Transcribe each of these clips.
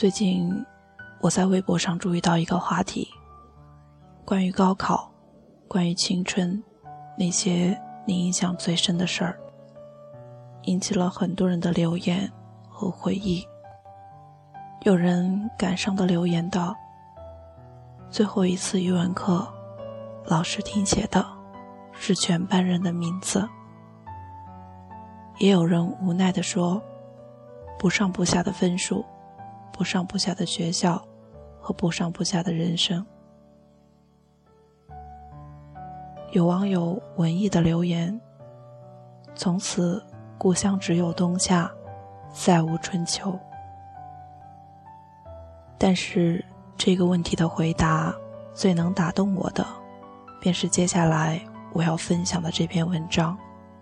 最近我在微博上注意到一个话题，关于高考，关于青春，那些你印象最深的事儿，引起了很多人的留言和回忆。有人感伤地留言道，最后一次语文课，老师听写的是全班人的名字。也有人无奈地说，不上不下的分数，不上不下的学校和不上不下的人生。有网友文艺的留言，从此故乡只有冬夏，再无春秋。但是这个问题的回答最能打动我的，便是接下来我要分享的这篇文章。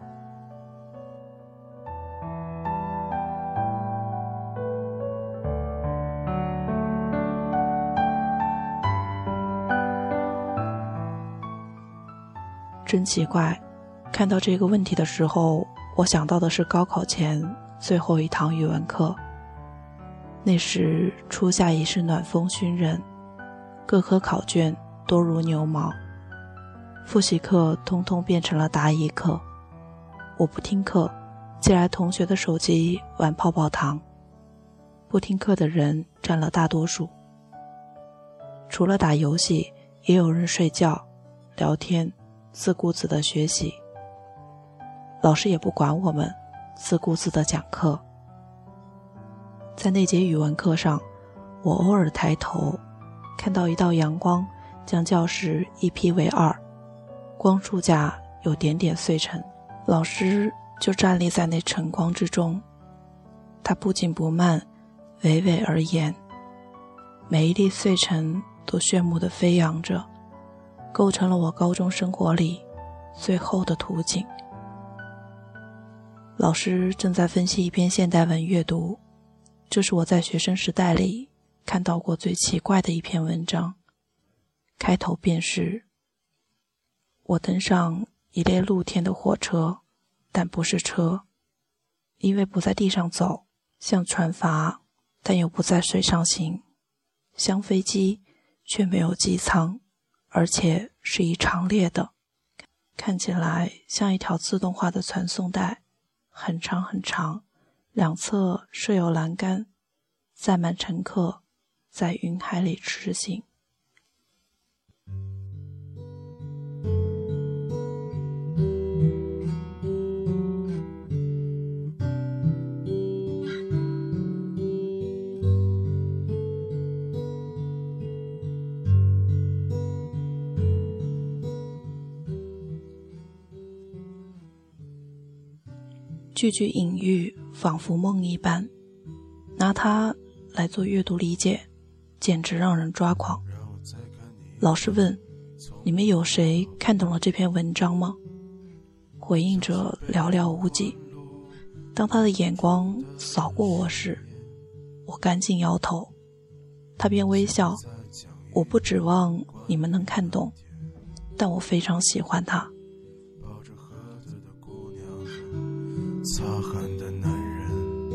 真奇怪，看到这个问题的时候，我想到的是高考前最后一堂语文课。那时初夏已是暖风熏人，各科考卷多如牛毛，复习课通通变成了答疑课。我不听课，借来同学的手机玩泡泡糖。不听课的人占了大多数，除了打游戏，也有人睡觉、聊天，自顾自地学习。老师也不管我们，自顾自地讲课。在那节语文课上，我偶尔抬头，看到一道阳光将教室一劈为二，光束下有点点碎尘，老师就站立在那晨光之中。他不紧不慢，娓娓而言，每一粒碎尘都炫目地飞扬着，构成了我高中生活里最后的图景。老师正在分析一篇现代文阅读，这是我在学生时代里看到过最奇怪的一篇文章。开头便是，我登上一列露天的火车，但不是车，因为不在地上走，像船筏，但又不在水上行，像飞机，却没有机舱，而且是一长列的，看起来像一条自动化的传送带，很长很长，两侧设有栏杆，载满乘客，在云海里驰行。句句隐喻，仿佛梦一般，拿它来做阅读理解，简直让人抓狂。老师问，你们有谁看懂了这篇文章吗？回应者寥寥无几。当他的眼光扫过我时，我赶紧摇头。他便微笑，我不指望你们能看懂，但我非常喜欢他。 擦汗的男人，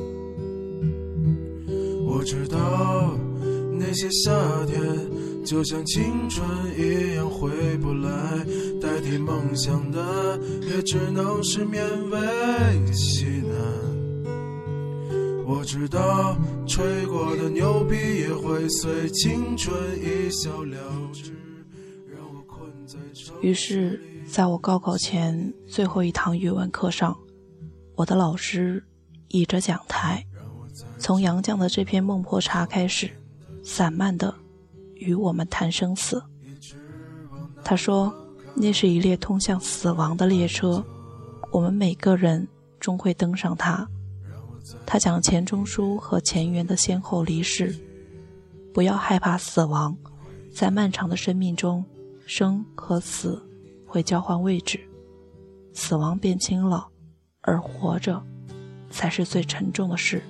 我知道那些夏天就像青春一样回不来，代替梦想的也只能是勉为其难。我知道吹过的牛逼也会随青春一笑了之，让我困在城市。 于是在我高考前最后一堂语文课上，我的老师倚着讲台，从杨绛的这篇《孟婆茶》开始，散漫地与我们谈生死。他说，那是一列通向死亡的列车，我们每个人终会登上它。他讲钱钟书和钱媛的先后离世，不要害怕死亡，在漫长的生命中，生和死会交换位置，死亡变轻了，而活着才是最沉重的事。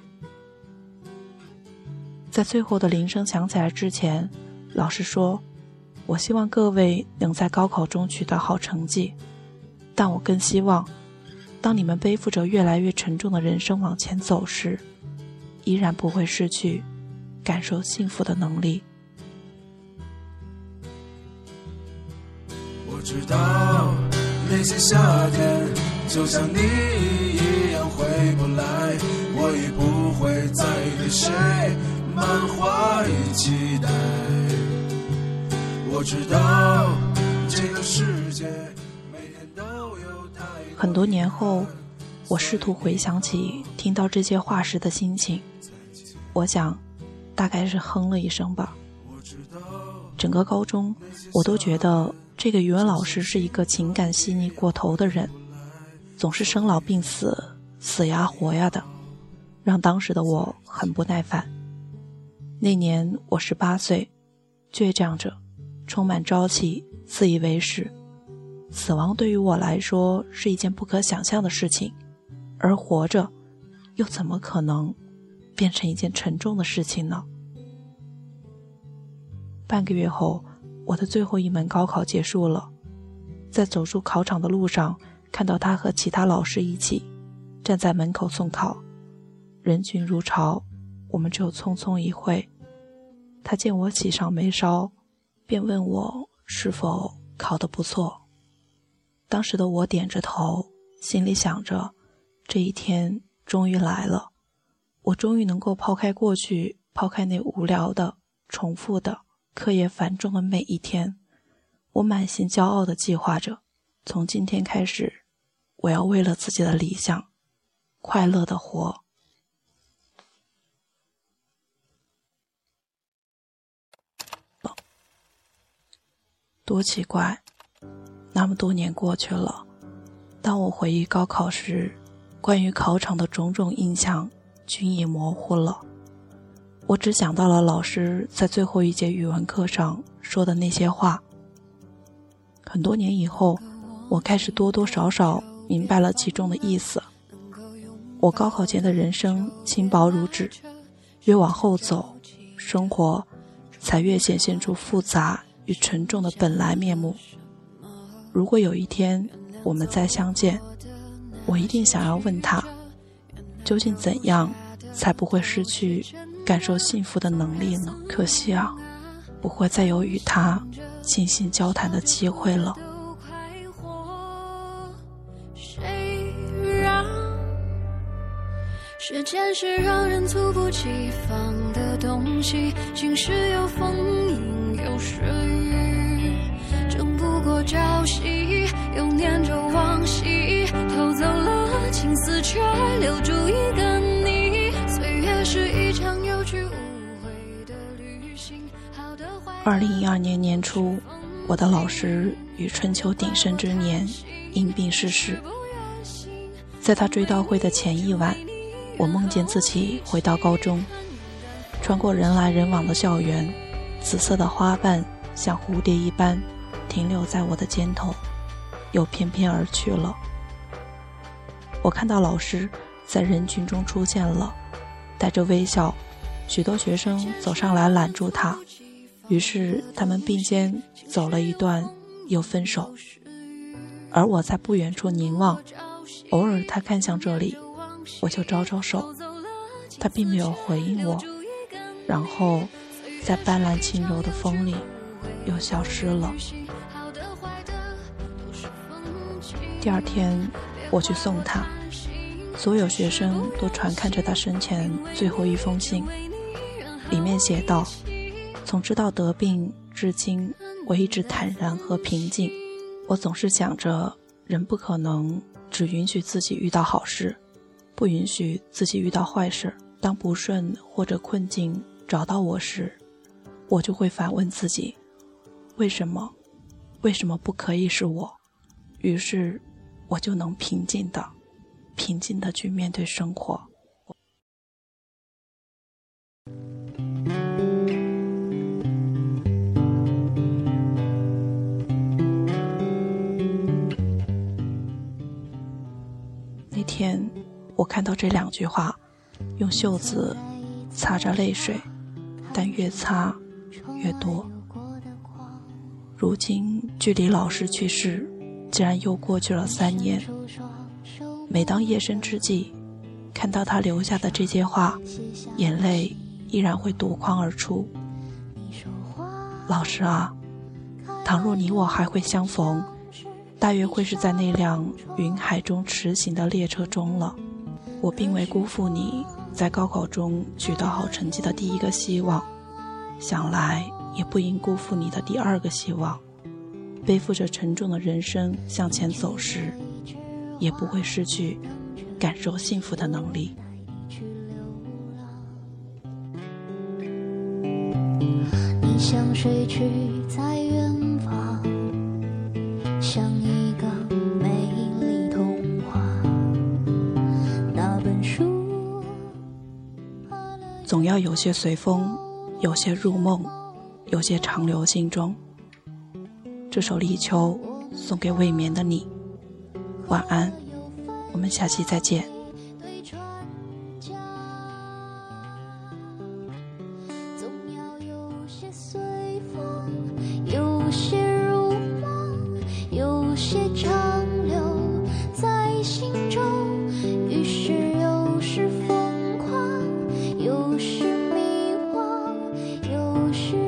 在最后的铃声响起来之前，老师说，我希望各位能在高考中取得好成绩，但我更希望当你们背负着越来越沉重的人生往前走时，依然不会失去感受幸福的能力。 我知道那些夏天就像你一样回不来，我已不会再对谁满怀期待。我知道这个世界每天都有太多。 很多年后，我试图回想起听到这些话时的心情，我想大概是哼了一声吧。整个高中我都觉得这个语文老师是一个情感细腻过头的人，总是生老病死，死呀活呀的，让当时的我很不耐烦。那年我18岁，倔强着，充满朝气，自以为是。死亡对于我来说是一件不可想象的事情，而活着又怎么可能变成一件沉重的事情呢？半个月后，我的最后一门高考结束了。在走出考场的路上，看到他和其他老师一起站在门口送考，人群如潮，我们只有匆匆一会。他见我喜上眉梢，便问我是否考得不错。当时的我点着头，心里想着这一天终于来了，我终于能够抛开过去，抛开那无聊的、重复的、课业繁重的每一天。我满心骄傲地计划着，从今天开始，我要为了自己的理想，快乐地活。多奇怪，那么多年过去了，当我回忆高考时，关于考场的种种印象均已模糊了。我只想到了老师在最后一节语文课上说的那些话。很多年以后，我开始多多少少明白了其中的意思。我高考前的人生轻薄如纸，越往后走，生活才越显现出复杂与沉重的本来面目。如果有一天我们再相见，我一定想要问他，究竟怎样才不会失去感受幸福的能力呢？可惜啊，不会再有与他进行交谈的机会了。 时间是让人猝不及防的东西，晴时有风阴有时雨，争不过朝夕，又念着往昔，偷走了青丝却留住一个你，岁月是一场有去无回的旅行。 2012年年初，我的老师于春秋鼎盛之年因病逝世。在他追悼会的前一晚，我梦见自己回到高中，穿过人来人往的校园，紫色的花瓣像蝴蝶一般停留在我的肩头，又翩翩而去了。我看到老师在人群中出现了，带着微笑，许多学生走上来揽住他，于是他们并肩走了一段，又分手。而我在不远处凝望，偶尔他看向这里，我就招招手，他并没有回应我，然后在斑斓轻柔的风里又消失了。第二天我去送他，所有学生都传看着他生前最后一封信，里面写道：从知道得病至今，我一直坦然和平静。我总是想着，人不可能只允许自己遇到好事，不允许自己遇到坏事。当不顺或者困境找到我时，我就会反问自己，为什么不可以是我？于是我就能平静地去面对生活。那天我看到这两句话，用袖子擦着泪水，但越擦越多。如今距离老师去世竟然又过去了3年，每当夜深之际看到他留下的这些话，眼泪依然会夺眶而出。老师啊，倘若你我还会相逢，大约会是在那辆云海中驰行的列车中了。我并未辜负你在高考中取得好成绩的第一个希望，想来也不应辜负你的第二个希望。背负着沉重的人生向前走时，也不会失去感受幸福的能力。 你像水去在远方，像一个美丽童话。那本书总要有些随风，有些入梦，有些长留心中。这首立秋送给未眠的你，晚安，我们下期再见。 有些如梦，有些长留在心中，于是有时疯狂，有时迷惘，有时